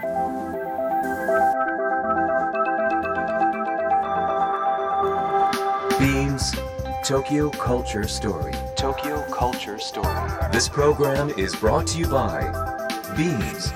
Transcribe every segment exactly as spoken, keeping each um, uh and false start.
Beams Tokyo Culture Story. Tokyo Culture Story. This program is brought to you by Beams.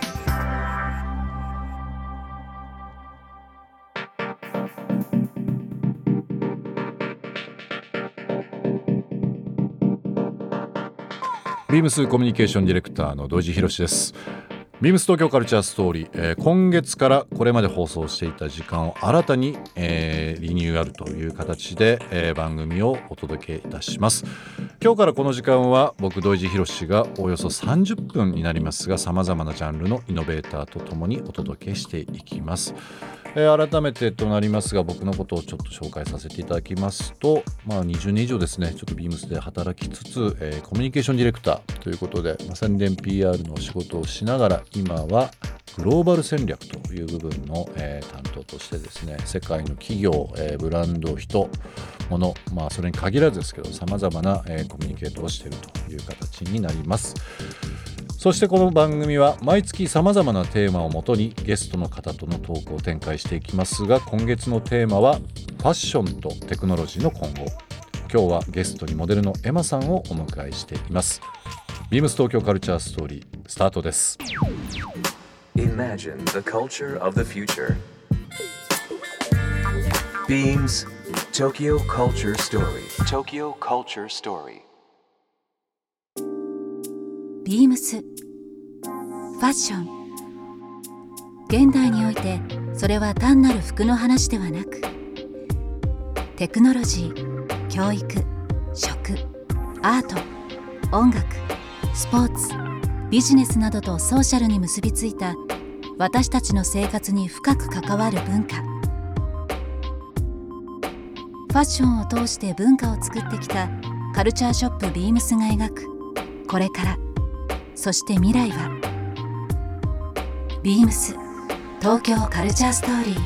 ビームスコミュニケーションディレクターの土井博史です。ビームス東京カルチャーストーリー、えー、今月からこれまで放送していた時間を新たに、えー、リニューアルという形で、えー、番組をお届けいたします。今日からこの時間は僕土井博史がおよそさんじゅっぷんになりますが、さまざまなジャンルのイノベーターとともにお届けしていきます。えー、改めてとなりますが、僕のことをちょっと紹介させていただきますと、まあ、にじゅうねん以上ですね、ちょっとビームスで働きつつ、えー、コミュニケーションディレクターということで、まあ、宣伝 ピーアール の仕事をしながら、今はグローバル戦略という部分の、えー、担当としてですね、世界の企業、えー、ブランド、人、物、まあ、それに限らずですけど、さまざまな、えー、コミュニケートをしているという形になります。そしてこの番組は毎月さまざまなテーマをもとにゲストの方とのトークを展開していきますが、今月のテーマはファッションとテクノロジーの今後。今日はゲストにモデルのエマさんをお迎えしています。ビームス東京カルチャーストーリースタートです。 Imagine the culture of the future. Beams Tokyo Culture Story. Tokyo Culture Story. ビームスファッション。現代においてそれは単なる服の話ではなく、テクノロジー、教育、食、アート、音楽、スポーツ、ビジネスなどとソーシャルに結びついた私たちの生活に深く関わる文化。ファッションを通して文化を作ってきたカルチャーショップビームスが描くこれから、そして未来は。ビームス東京カルチャーストーリー。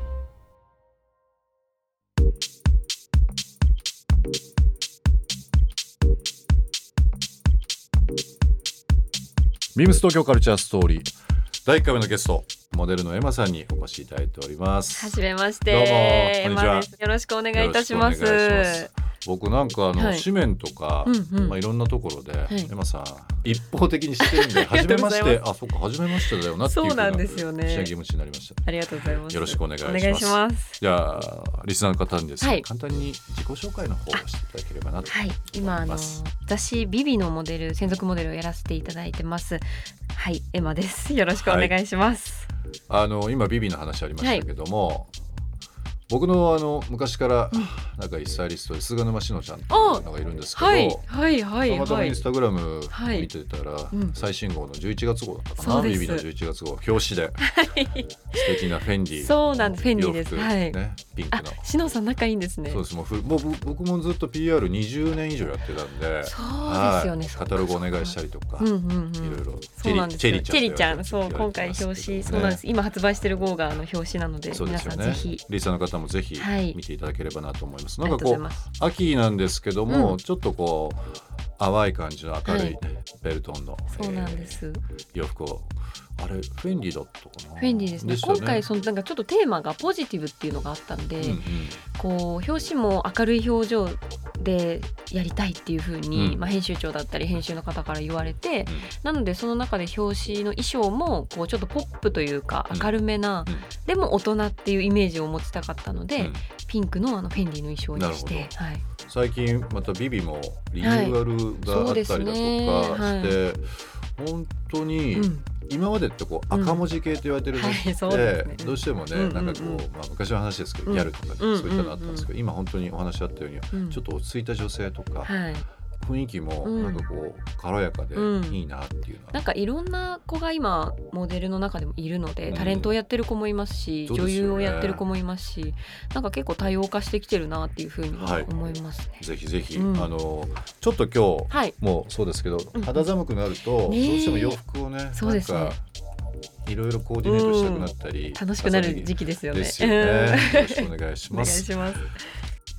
ビームス東京カルチャーストーリーだいいっかいめのゲスト、モデルのエマさんにお越しいただいております。 はじめまして。 どうもこんにちは。 エマです。よろしくお願いいたします。 僕なんかあの、はい、紙面とか、うんうん、まあ、いろんなところで、はい、エマさん一方的に知ってるんで初めましてあ、そっか初めましめましてだよなっていうそうなんですよね。 不思議な気持ちになりました。 ありがとうございます。 よろしくお願いします。 お願いします。 じゃあリスナーの方にですね、はい、簡単に自己紹介の方をしていただければなと思います。はい、今あの私ビビのモデル、専属モデルをやらせていただいてます。はい、エマです。よろしくお願いします。 はい、あの今ビビの話ありましたけども、はい、僕のあの昔から仲いいスタイリストで菅沼しのちゃんっていうのがいるんですけど、はいはいはいはい、たまたまインスタグラム見てたら、はい、最新号のじゅういちがつ号だったかな、ビビのじゅういちがつ号表紙で、はい、素敵なフェンディそうなんです、フェンディです、 ね、はい、ピンクの。 あ、しのさん仲いいんですね。 そうです。もうふもう僕もずっと ピーアールにじゅうねん以上やってたんで、 そうですよね、 はい、カタログお願いしたりとか、うんうんうん、いろいろチェリ、チェリちゃん、 チェリちゃん、そう今回表紙、そうなんです。今発売してる号があの表紙なので、皆さんぜひリスナーの方もぜひ見ていただければなと思います。はい、なんかこう秋なんですけども、うん、ちょっとこう淡い感じの明るいベルトンの、はい、そうなんです、えー、洋服を、あれフェンディだったかな。 フェンディですね。ですね、今回そのなんかちょっとテーマがポジティブっていうのがあったんで、うんうん、こう表紙も明るい表情でやりたいっていう風に、うん、まあ、編集長だったり編集の方から言われて、うん、なのでその中で表紙の衣装もこうちょっとポップというか明るめな、うん、でも大人っていうイメージを持ちたかったので、うん、ピンクのあのフェンディの衣装にして、はい、 最近またビビもリニューアルがあったりだとかして、はいはい、本当に、うん、今までってこう赤文字系と言われてるのって、うん、はい、ね、どうしてもね、うんうんうん、なんかこう、まあ、昔の話ですけど、うん、ギャルとかそういったのあったんですけど、うんうんうん、今本当にお話あったように、うん、ちょっと落ち着いた女性とか、はい、雰囲気もなんかこう軽やかでいいなっていうのは、うん、 なんかいろんな子が今モデルの中でもいるので、うん、タレントをやってる子もいますし、女優をやってる子もいますし、なんか結構多様化してきてるなっていうふうには思いますね。 はい、ぜひぜひ、うん、あのちょっと今日、はい、もうそうですけど、肌寒くなると、うん、どうしても洋服をね、そうですね、なんかいろいろコーディネートしたくなったり、うん、 楽しくなる時期ですよね。 ですよね。よろしくお願いします。 お願いします。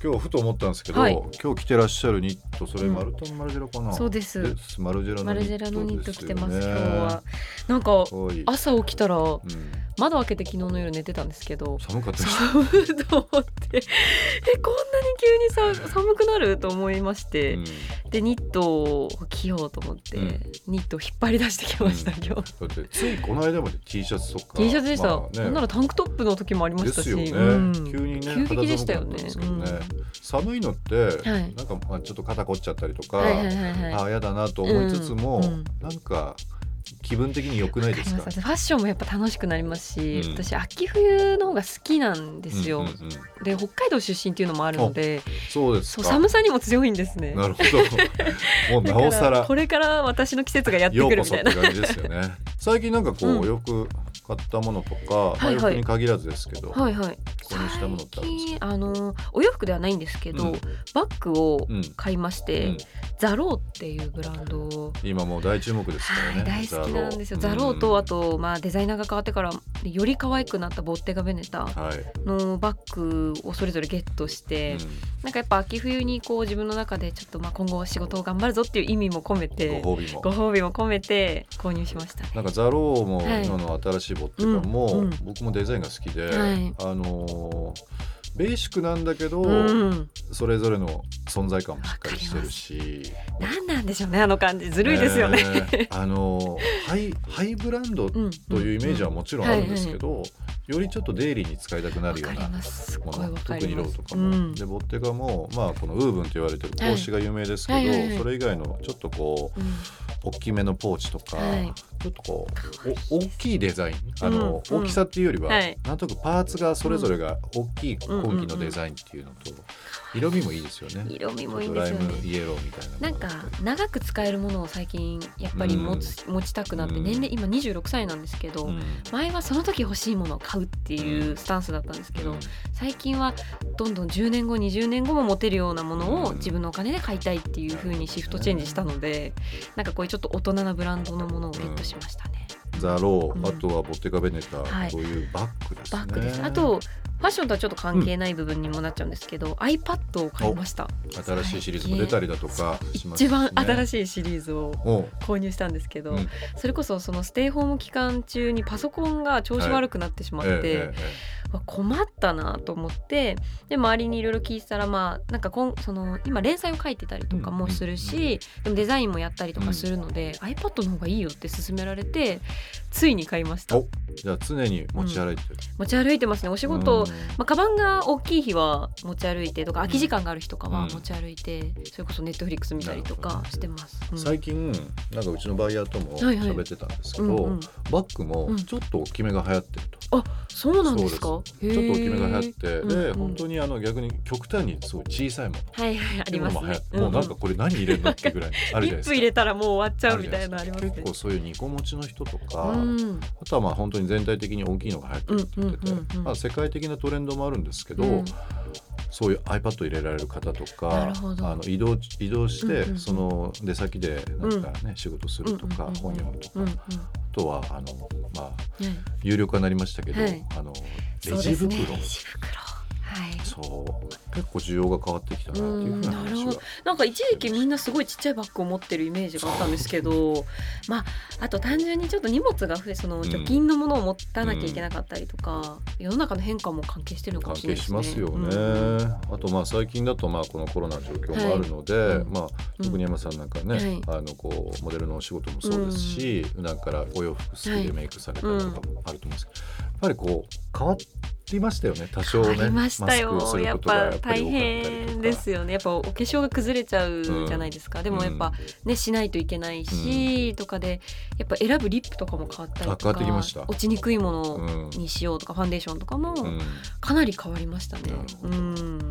今日ふと思ったんですけど、 はい、 今日着てらっしゃるニット、それマルタンマルジェラかな、 うん、そうです。 マルジェラのニットですよね。マルジェラのニット着てます。今日はなんか朝起きたら、うん、窓開けて昨日の夜寝てたんですけど、 寒かったです。 寒いと思ってえこんなに急にさ寒くなると思いまして、うん、でニットを着ようと思って、うん、ニットを引っ張り出してきました、うん、今日。 だってついこの間まで T シャツとか T シャツでした、まあね、なんならタンクトップの時もありましたしですよね、うん、急にね急激でしたよね、 うん、寒いのって、はい、なんかまあちょっと肩凝っちゃったりとか、はいはいはいはい、ああやだなと思いつつも、うんうん、なんか気分的に良くないですか？ ファッションもやっぱ楽しくなりますし、うん、私秋冬の方が好きなんですよ、うんうんうん、で北海道出身っていうのもあるので、 そうですか。 そう寒さにも強いんですね。 なるほどもうなおさらこれから私の季節がやってくるみたいなようこそって感じですよね。最近なんかこう、うん、よく買ったものとか、はいはい、まあ、洋服に限らずですけど、はいはい、購入したものってあるんですか？ あのお洋服ではないんですけど、うん、バッグを買いまして、うん、ザローっていうブランドを今もう大注目ですからね、 はい、大好きなんですよ。ザローとあと、まあ、デザイナーが変わってからより可愛くなったボッテガベネタのバッグをそれぞれゲットして、うん、なんかやっぱ秋冬にこう自分の中でちょっとまあ今後仕事を頑張るぞっていう意味も込めてご褒美もご褒美も込めて購入しましたね。 なんかザローも今の新しいボッテガも、はい、うんうん、僕もデザインが好きで、はい、あのーベーシックなんだけど、うん、それぞれの存在感もしっかりしてるし、 何なんでしょうねあの感じずるいですよね、 ねあのハイ、ハイブランドというイメージはもちろんあるんですけど、うんうんはいはい、よりちょっとデイリーに使いたくなるようなもの、特にローとかも、うん、でボッテガも、まあ、このウーブンと言われてる帽子が有名ですけど、はいはいはいはい、それ以外のちょっとこう、うん、大きめのポーチとか、はい、ちょっとこう大きいデザイン、あの、うん、大きさっていうよりは、はい、なんとなくパーツがそれぞれが大きい今季のデザインっていうのと、色味もいいですよね。 色味もいいんですよね。 ドライムイエローみたいな。 なんか長く使えるものを最近やっぱり持つ、うん、持ちたくなって、年齢今にじゅうろくさいなんですけど、うん、前はその時欲しいものを買うっていうスタンスだったんですけど、うん、最近はどんどんじゅうねんごにじゅうねんごも持てるようなものを自分のお金で買いたいっていう風にシフトチェンジしたので、なんかこういうちょっと大人なブランドのものをゲットしましたね。 ザロー、うん、あとはボッテガベネタ、はい、というバッグですね。 バッグです。あとファッションとはちょっと関係ない部分にもなっちゃうんですけど、うん、iPad を買いました。 新しいシリーズも出たりだとかしますし、ね、 一番新しいシリーズを購入したんですけど、うん、それこそそのステイホーム期間中にパソコンが調子悪くなってしまって、はい、えーえー、困ったなと思って、で周りにいろいろ聞いてたら、まあなんかこんその今連載を書いてたりとかもするし、うん、でもデザインもやったりとかするので、うん、iPad の方がいいよって勧められてついに買いました。 お、じゃあ常に持ち歩いてる、うん、 持ち歩いてますね。お仕事、まあ、カバンが大きい日は持ち歩いてとか、空き時間がある日とかは持ち歩いて、うん、それこそネットフリックス見たりとかしてます、うん、 最近なんかうちのバイヤーとも喋ってたんですけど、はいはい、うんうん、バッグもちょっと大きめが流行ってると、 うん、あ、そうなんですか。 そうです。ちょっと大きめが流行って、で、うんうん、本当にあの逆に極端にすごい小さいもの、 はいはい、ありますね。 もうなんかこれ何入れるのってぐらいあるじゃないですか。 リップ入れたらもう終わっちゃうみたいなのありますね。 結構そういうにこ持ちの人とか、うん、あとはまあ本当に全体的に大きいのが流行ってるって言ってて、うんうんうんうん、まあ、世界的なトレンドもあるんですけど、うん、そういう iPad 入れられる方とか、あの移動移動して、うんうん、その出先でなんかね、うん、仕事するとか、うんうん、本読むとか、うんうん、あとはあのまあ、うん、有料化になりましたけど、はい、あのレジ袋、 ね、レジ袋、はい、 そう結構需要が変わってきたなっていうふうな話が、 なんか一時期みんなすごいちっちゃいバッグを持ってるイメージがあったんですけど、まああと単純にちょっと荷物が増え、その貯金のものを持たなきゃいけなかったりとか、うん、世の中の変化も関係してるのかもしれないですね。 関係しますよね、うん、あとまあ最近だとまあこのコロナの状況もあるので、はい、まあ特に山さんなんかね、うん、あのこうモデルのお仕事もそうですし、うん、普段からお洋服好きでメイクされたりとかもあると思うんですけど、やっぱりこう変わってありましたよね、多少ね。 ありましたよ。マスクをすることがやっぱり多かったりとか。やっぱ大変ですよね。やっぱお化粧が崩れちゃうじゃないですか、うん、でもやっぱねしないといけないし、うん、とかでやっぱ選ぶリップとかも変わったりとか、 変わってきました。 落ちにくいものにしようとか、うん、ファンデーションとかもかなり変わりましたね、うん、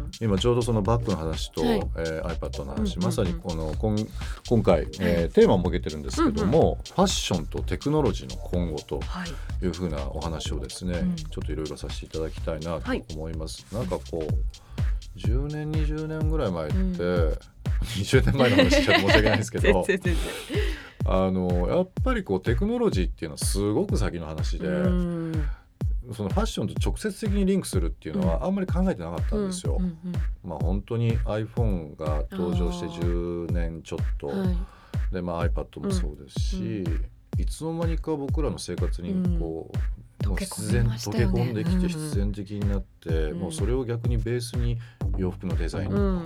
今ちょうどそのバッグの話と、はい、えー、iPad の話、うんうんうん、まさにこの今今回、えー、テーマを設けてるんですけども、うんうん、ファッションとテクノロジーの今後というふうなお話をですね、はい、ちょっといろいろさせていただきたいなと思います、はい、なんかこうじゅうねんにじゅうねんぐらい前って、うん、にじゅうねんまえの話しちゃって申し訳ないですけどあのやっぱりこうテクノロジーっていうのはすごく先の話で、うん、 そのファッションと直接的にリンクするっていうのはあんまり考えてなかったんですよ、 うんうんうんまあ、本当に iPhone が登場してじゅうねんちょっとはいで、まあ、iPad もそうですし、いつの間にか僕らの生活にこう、 うん、 もう必然溶け込んできて必然的になって、 うん、 もうそれを逆にベースに洋服のデザインとか、 うんうん、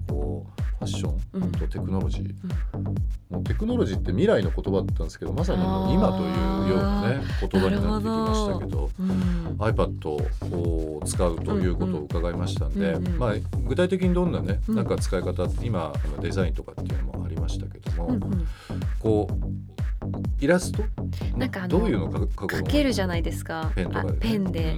こうファッションとテクノロジー、 うん、 もうテクノロジーって未来の言葉だったんですけどまさにもう今というようなね言葉になってきましたけど、うん、iPad を使うということを伺いましたんで、うんうんまあ、具体的にどんなね、うん、なんか使い方今デザインとかっていうのもありましたけども、うんうん、こうイラストなんかあのどういうのか描けるじゃないですか、 ペンとかで、ね、 ペンで、うん、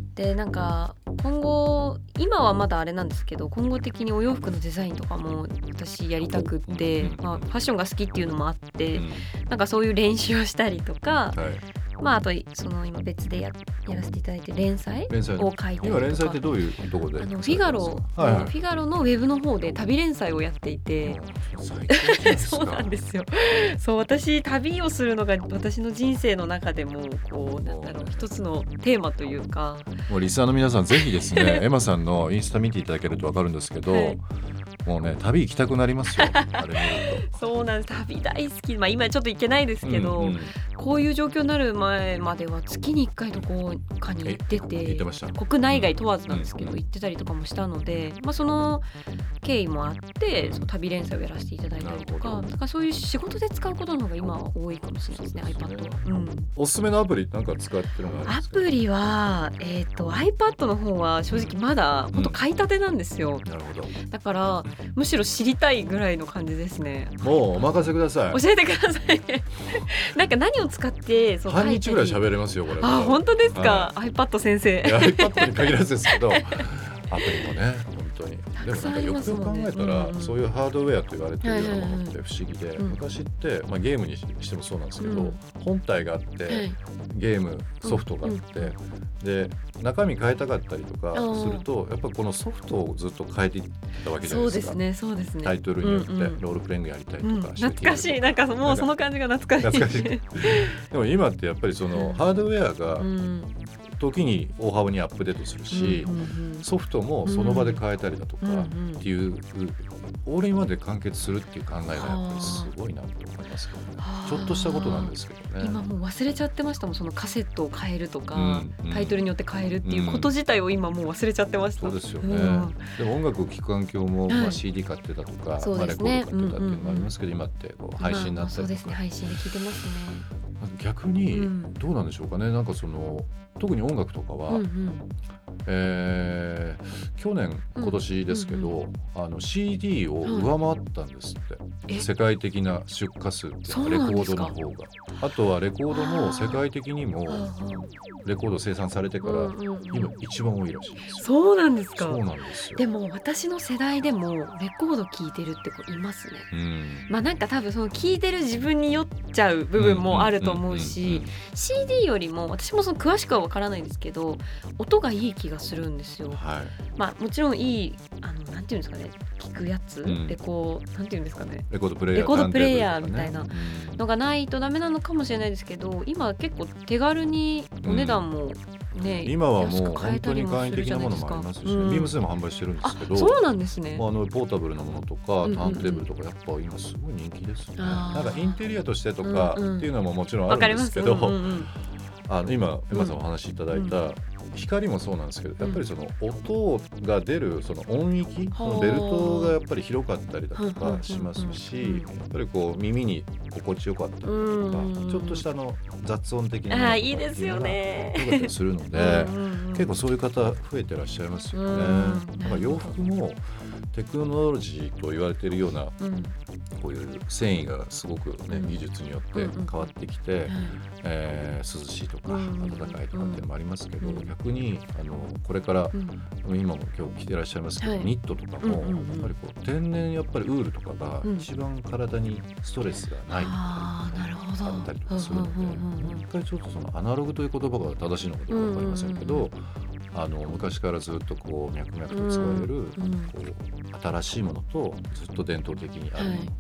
でなんか今後今はまだあれなんですけど今後的にお洋服のデザインとかも私やりたくって、うんまあ、ファッションが好きっていうのもあって、うん、なんかそういう練習をしたりとか、はいまあ、あとその今別で や, やらせていただいて連載を書いたりとか今連載ってどういうところであのフィガロ、はいはい、フィガロのウェブの方で旅連載をやっていてそうなんですよそう私旅をするのが私の人生の中でもこうなんだろう一つのテーマというかもうリスナーの皆さんぜひですねエマさんのインスタ見ていただけると分かるんですけど、はい、もうね旅行きたくなりますよあれ見るとそうなんです旅大好き、まあ、今ちょっと行けないですけど、うんうん、こういう状況になる前までは月にいっかいどこかに行ってて行ってました。 国内外問わずなんですけど、うん、行ってたりとかもしたので、まあ、その経緯もあってその旅連載をやらせていただいたりとかだからそういう仕事で使うことの方が今は多いかもしれないですね iPad は、うん、 おすすめのアプリなんか使ってるのがあるんですか？ アプリは、えーと、iPad の方は正直まだ本当買いたてなんですよ、 うん、なるほどだからむしろ知りたいぐらいの感じですね。 もうお任せください教えてくださいなんか何を使ってそう半日ぐらい喋れますよこれ。 あ本当ですか、はい、iPad 先生 iPad に限らずですけどアプリもね本当にでもなんかよくよく考えたら、うんうん、そういうハードウェアと言われてるようなものって不思議で、うん、昔って、まあ、ゲームにしてもそうなんですけど、うん、本体があって、はい、ゲームソフトがあって、うんうん、で中身変えたかったりとかするとやっぱこのソフトをずっと変えていったわけじゃないですか。 そうですねそうですねタイトルによってロールプレイングやりたいとか、うん、 懐かしいなんかもうその感じが懐かしい懐かしいでも今ってやっぱりそのハードウェアが時に大幅にアップデートするし、うんうんうん、ソフトもその場で変えたりだとかっていう、うんうん、オールインワンで完結するっていう考えがやっぱりすごいなと思いますけどね。ちょっとしたことなんですけどね。 今もう忘れちゃってましたもんそのカセットを変えるとか、うんうん、タイトルによって変えるっていうこと自体を今もう忘れちゃってました、 うん、そうですよね、うん、でも音楽を聴く環境も、まあ、シーディー 買ってたとか、はいまあ、レコード買ってたっていうのもありますけど、うんうんうん、今ってこう配信になったりとか、 そうですね配信で聴いてますね。 逆にどうなんでしょうかね、なんかその特に音楽とかは、うんうんえー、去年今年ですけど、うんうん、あの シーディー を上回ったんですって、うん、世界的な出荷数っていうのはレコードの方があとはレコードも世界的にもレコード生産されてから今一番多いらしいですよ。 そうなんですか。 そうなんですよ。 でも私の世代でもレコード聴いてるって子いますね、うん、まあなんか多分その聴いてる自分に酔っちゃう部分もあると思うし シーディー よりも私もその詳しくは分からないんですけど音がいい気がするんですよ、はい、まあもちろんいいあのなんていうんですかね聞くやつ、うん、レコーなんていうんですかねレコードプレイヤー、 レコードプレイヤーみたいなのがないとダメなのかもしれないですけど今結構手軽にお値段もね、 うん、今はもう本当に簡易的なものもありますし、ねうん、ビームスでも販売してるんですけど。 あそうなんですね。 まあ、あのポータブルなものとかターンテーブルとかやっぱ今すごい人気ですね、うんうん、なんかインテリアとしてとかっていうのももちろんあるんですけど、うんうん、あの今エマさんお話しいただいた、うん光もそうなんですけどやっぱりその音が出るその音域、そのベルトがやっぱり広かったりだとかしますし、やっぱりこう耳に心地よかったりだとかちょっとしたあの雑音的なものとかっていうのが良かったりするので結構そういう方増えてらっしゃいますよね。だから洋服もテクノロジーと言われているような、うん、こういう繊維がすごく、ね、技術によって変わってきて、うんうんえー、涼しいとか、うん、暖かいとかっていうのもありますけど、うん、逆にあのこれから、うん、今も今日着てらっしゃいますけど、はい、ニットとかも、うんうんうん、やっぱりこう天然やっぱりウールとかが一番体にストレスがないとか、あったりとかするので、一回ちょっとそのアナログという言葉が正しいのかどうか分かりませんけど、うんうんうんあの昔からずっとこう脈々と使われる、うん、こう新しいものとずっと伝統的にあるもの、はい、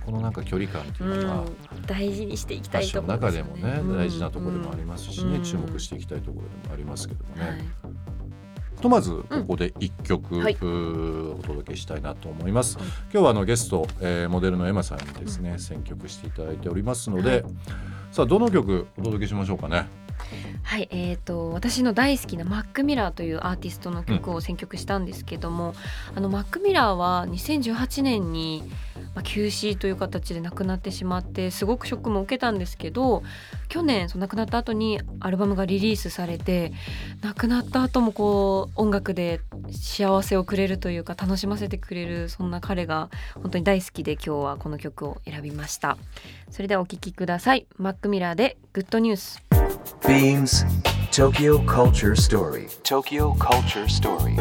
このなんか距離感っていうのが、 うん、大事にしていきたいところファッションの中でもね、 うん、 大事なところでもありますしね、 うん、 注目していきたいところでもありますけどもね、 はい、 とまずここでいっきょく、 うんはい、 お届けしたいなと思います、はい、今日はあのゲスト、えー、モデルのエマさんにですね、うん、選曲していただいておりますので、はい、さあどの曲お届けしましょうかね。 はい、えーと、私の大好きなマック・ミラーというアーティストの曲を選曲したんですけども、うん、あのマック・ミラーはにせんじゅうはちねんに、まあ、休止という形で亡くなってしまってすごくショックも受けたんですけど、去年その亡くなった後にアルバムがリリースされて、亡くなった後もこう音楽で幸せをくれるというか楽しませてくれる、そんな彼が本当に大好きで今日はこの曲を選びました。それではお聴きください。マック・ミラーでグッドニュース。 Beams Tokyo Culture Story. Tokyo Culture Story.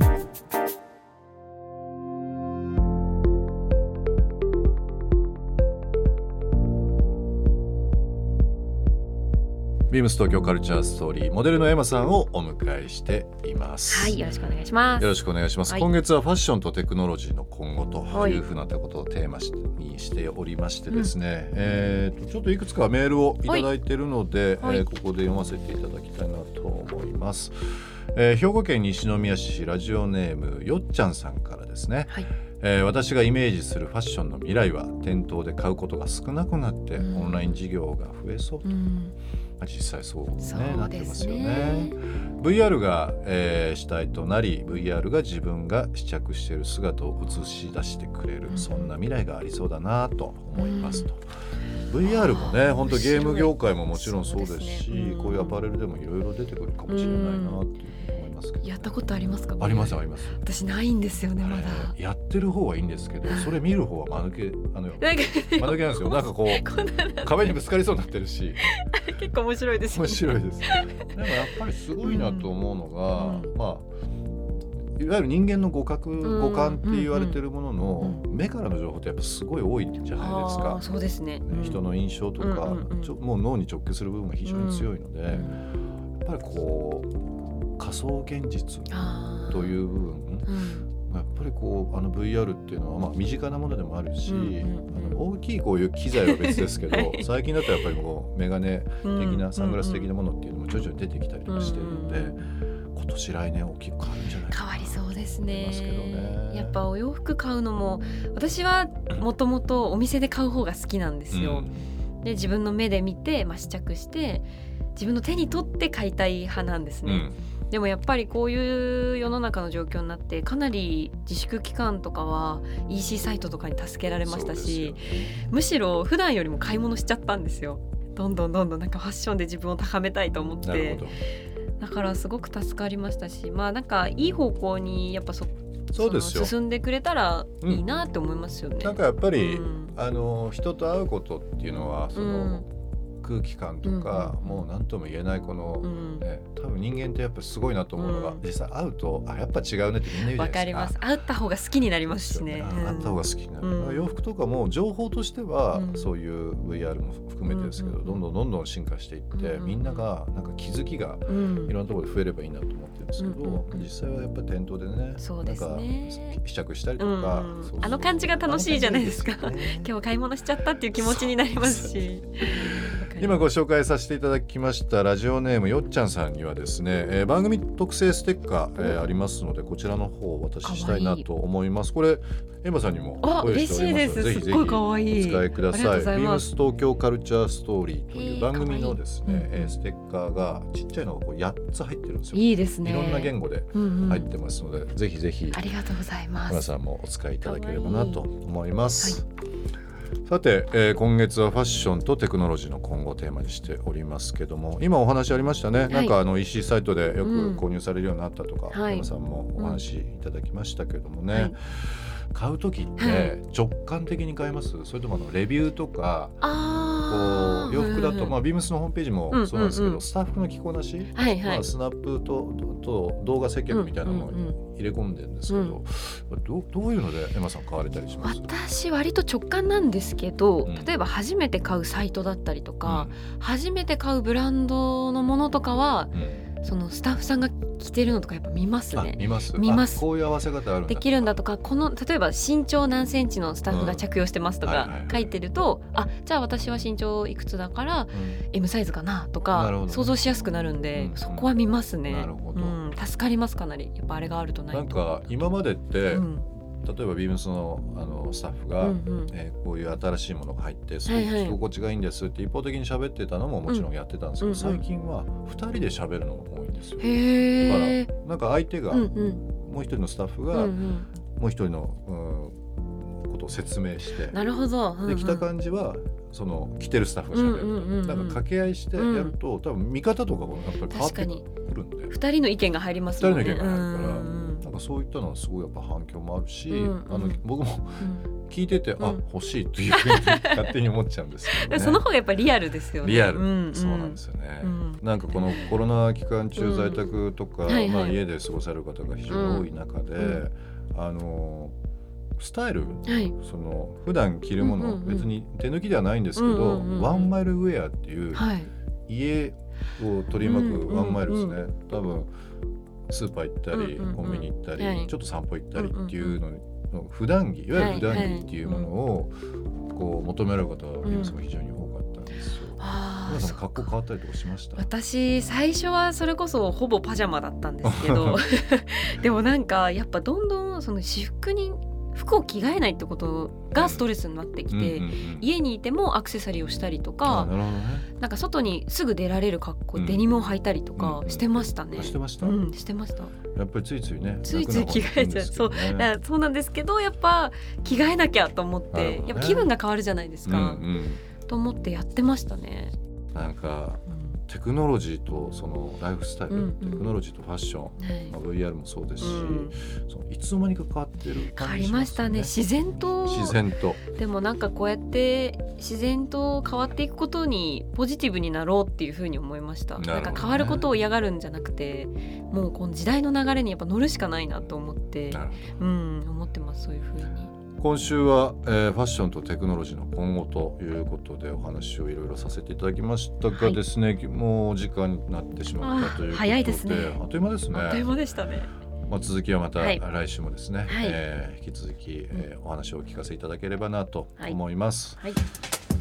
ビームス東京カルチャーストーリー、モデルのエマさんをお迎えしています。 はい、よろしくお願いします。 よろしくお願いします、はい、今月はファッションとテクノロジーの今後というふうなことをテーマにしておりましてですね、うん、えー、とちょっといくつかメールをいただいているので、はい、えー、ここで読ませていただきたいなと思います、えー、兵庫県西宮市ラジオネームよっちゃんさんからですね、はい、えー、私がイメージするファッションの未来は店頭で買うことが少なくなって、うん、オンライン事業が増えそうと、うん、実際そうね、そうですね、なってますよね。 ブイアール が、えー、主体となり ブイアール が自分が試着している姿を映し出してくれる、うん、そんな未来がありそうだなと思いますと、うん、ブイアール もね本当ゲーム業界ももちろんそうですし、そうですね、うん、こういうアパレルでもいろいろ出てくるかもしれないなっていうふうに思いますけど、 やったことありますか？ ありますあります。 私ないんですよね、まだ。 やってる方はいいんですけど、それ見る方は間抜け、あの間抜けなんですよ。なんかこう壁にぶつかりそうになってるし結構面白いですよね。 面白いです。でもやっぱりすごいなと思うのが、うん、まあいわゆる人間の五覚、五感って言われてるものの、うん、目からの情報ってやっぱすごい多いじゃないですか。 あ、そうですね、 ね、人の印象とか、うんうんうん、ちょもう脳に直結する部分が非常に強いので、うん、やっぱりこう仮想現実という部分、うん、やっぱりこうあの ブイアール っていうのはまあ身近なものでもあるし、うんうんうん、あの大きいこういう機材は別ですけど、はい、最近だとやっぱりこうメガネ的なサングラス的なものっていうのも徐々に出てきたりとかしてるので、うんうん、今年来年大きく変わるんじゃないかな。 変わりそうですね。 ますけどね。 やっぱお洋服買うのも私はもともとお店で買う方が好きなんですよ、うん、で自分の目で見て、まあ、試着して自分の手に取って買いたい派なんですね、うん、でもやっぱりこういう世の中の状況になってかなり自粛期間とかは イーシー サイトとかに助けられましたし、ね、むしろ普段よりも買い物しちゃったんですよ。どんどんどんどんなんかファッションで自分を高めたいと思って。なるほど。だからすごく助かりましたし、まあなんかいい方向にやっぱ そ, そうですよ進んでくれたらいいなって思いますよね、うん、 なんかやっぱり、うん、あの人と会うことっていうのはその、うん空気感とか、うん、もう何とも言えないこの、うんね、多分人間ってやっぱすごいなと思うのが、うん、実際会うとあやっぱ違うねってみんな言うじゃないですか。わかります。 会った方が好きになりますしね。 会った方が好きになる、うん、洋服とかも情報としては、うん、そういう ブイアール も含めてですけど、うん、どんどんどんどん進化していって、うん、みんながなんか気づきがいろんなところで増えればいいなと思ってるんですけど、うん、実際はやっぱり店頭でね、 そうですね、 なんか試着したりとか、 うん、そうそうあの感じが楽しいじゃないですか、ね、今日買い物しちゃったっていう気持ちになりますし今ご紹介させていただきましたラジオネームよっちゃんさんにはですね、えー、番組特製ステッカー、えー、ありますのでこちらの方をお渡ししたいなと思います。これエマさんにもご用意しておりますのでぜひぜひお使いください。ビームス東京カルチャーストーリーという番組のですね、えー、ステッカーがちっちゃいのがこうやっつ入ってるんですよ。 いいですね。 いろんな言語で入ってますので、うんうん、ぜひぜひありがとうございます。 皆さんもお使いいただければなと思います。はい、さて、えー、今月はファッションとテクノロジーの今後をテーマにしておりますけども、今お話ありましたね、はい、なんかあの イーシー サイトでよく購入されるようになったとか、うん、皆さんもお話いただきましたけどもね、はい、買うときって直感的に買います、はい、それともあのレビューとかこう洋服だと、まあ、ビームスのホームページもそうなんですけど、うんうんうん、スタッフの着こなし、はいはい、まあ、スナップ と, と動画接客みたいなのを入れ込んでるんですけど、うんうんうん、ど, どういうのでエマさん買われたりします？ 私割と直感なんですけど、うん、例えば初めて買うサイトだったりとか、うん、初めて買うブランドのものとかは、うん、 そのスタッフさんが着てるのとかやっぱ見ますね。 見ます見ますこういう合わせ方あるんだできるんだとか、この例えば身長何センチのスタッフが着用してますとか書いてると、あじゃあ私は身長いくつだから エム サイズかなとか想像しやすくなるんで、うん、そこは見ますね。 なるほど、うん、 助かりますかなり。やっぱあれがあるとないと。 なんか今までって、 うん、 例えばビームス の, あのスタッフが、うんうんえー、こういう新しいものが入ってすごく着心地がいいんですって一方的に喋ってたのももちろんやってたんですけど、うん、最近はふたりで喋るのが多いんですよ。へだからなんか相手が、うんうん、もう一人のスタッフが、うんうん、もう一人の、うん、ことを説明して、 なるほど、うんうん、 で来た感じはその着てるスタッフが喋ると、うんうんうんうん、なんか掛け合いしてやると、うん、多分見方とかもやっぱり変わってくるんでふたりの意見が入りますもんね。 ふたりの意見が入るから、うん、なんかそういったのはすごいやっぱ反響もあるし、うんうん、あの僕も聞いてて、うん、あ欲しいというふうに勝手に思っちゃうんですけどね。 その方がやっぱりリアルですよね。 リアル、 うんうん、 そうなんですよね、うん、なんかこのコロナ期間中在宅とか、うんはいはいまあ、家で過ごされる方が非常に多い中で、うん、あのスタイル、はい、その普段着るもの、うんうんうん、別に手抜きではないんですけど、うんうんうん、ワンマイルウェアっていう、はい、家を取り巻くワンマイルですね、うんうんうん、多分スーパー行ったり、うんうんうん、コンビニ行ったり、はい、ちょっと散歩行ったりっていうのの普段着いわゆる普段着っていうものをこう求められる方はビームスも非常に多かったんですよ。皆さん格好変わったりとかしました？ 私最初はそれこそほぼパジャマだったんですけどでもなんかやっぱどんどんその私服に服を着替えないってことがストレスになってきて、うんうんうんうん、家にいてもアクセサリーをしたりとか、なるほどね、なんか外にすぐ出られる格好、うん、デニムを履いたりとかしてましたね、 うんうん、してました、 うん、してました。 やっぱりついついねついつい着替えちゃう、ね、そうだそうなんですけど、やっぱ着替えなきゃと思って、ね、やっぱ気分が変わるじゃないですか、うんうん、と思ってやってましたね。 なんか、うんテクノロジーとそのライフスタイル、うんうん、テクノロジーとファッション、はいまあ、ブイアール もそうですし、うん、そのいつの間にか変わってる感じしますね。変わりましたね、自然と自然とでもなんかこうやって自然と変わっていくことにポジティブになろうっていうふうに思いました。な、ね、なんか変わることを嫌がるんじゃなくて、もうこの時代の流れにやっぱ乗るしかないなと思って、うん、思ってます。そういうふうに今週は、えー、ファッションとテクノロジーの今後ということでお話をいろいろさせていただきましたがですね、はい、もう時間になってしまったということで、 早いですね。 あっという間ですね。 あっという間でしたね。 まあ、続きはまた来週もですね、はいえー、引き続き、えー、お話をお聞かせいただければなと思います。はいはい、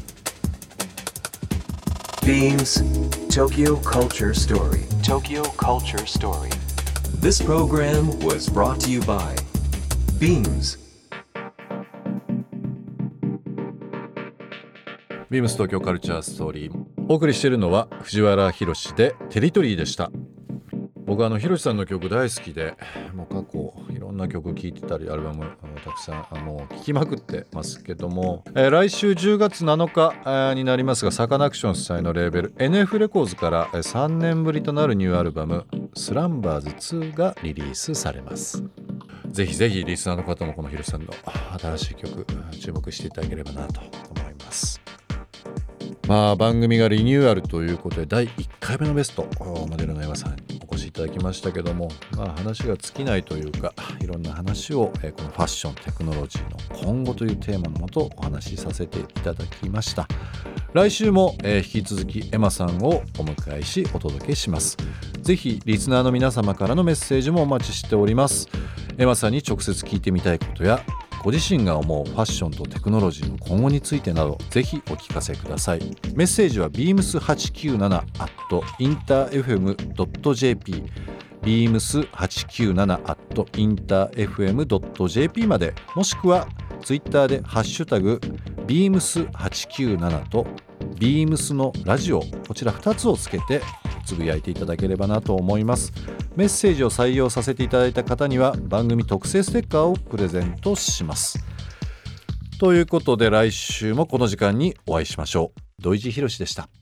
ビームス Tokyo Culture Story Tokyo Culture Story This program was brought to you by ビームスビームス東京カルチャーストーリー、お送りしているのは藤原宏でテリトリーでした。僕はあの宏さんの曲大好きで、もう過去いろんな曲聴いてたりアルバムたくさんあの聴きまくってますけども、えー、来週じゅうがつなのかになりますが、サカナクション主催のレーベル エヌエフ レコーズからさんねんぶりとなるニューアルバムスランバーズツーがリリースされます。ぜひぜひリスナーの方もこの宏さんの新しい曲注目していただければなと思います。まあ、番組がリニューアルということでだいいっかいめのベストモデルの山さんにお越しいただきましたけども、まあ、話が尽きないというかいろんな話を、えー、このファッションテクノロジーの今後というテーマのもとお話しさせていただきました。来週も、えー、引き続きエマさんをお迎えしお届けします。ぜひリスナーの皆様からのメッセージもお待ちしております。エマさんに直接聞いてみたいことやご自身が思うファッションとテクノロジーの今後についてなどぜひお聞かせください。メッセージは ビームスはちきゅうなな アット インターエフエム ドット ジェーピー ビームスはちきゅうなな アット インターエフエム ドット ジェーピー まで、もしくはツイッターでハッシュタグ ビームスはちきゅうなな と ビームス のラジオ、こちらふたつをつけてつぶやいていただければなと思います。メッセージを採用させていただいた方には番組特製ステッカーをプレゼントします。ということで来週もこの時間にお会いしましょう。土井地博でした。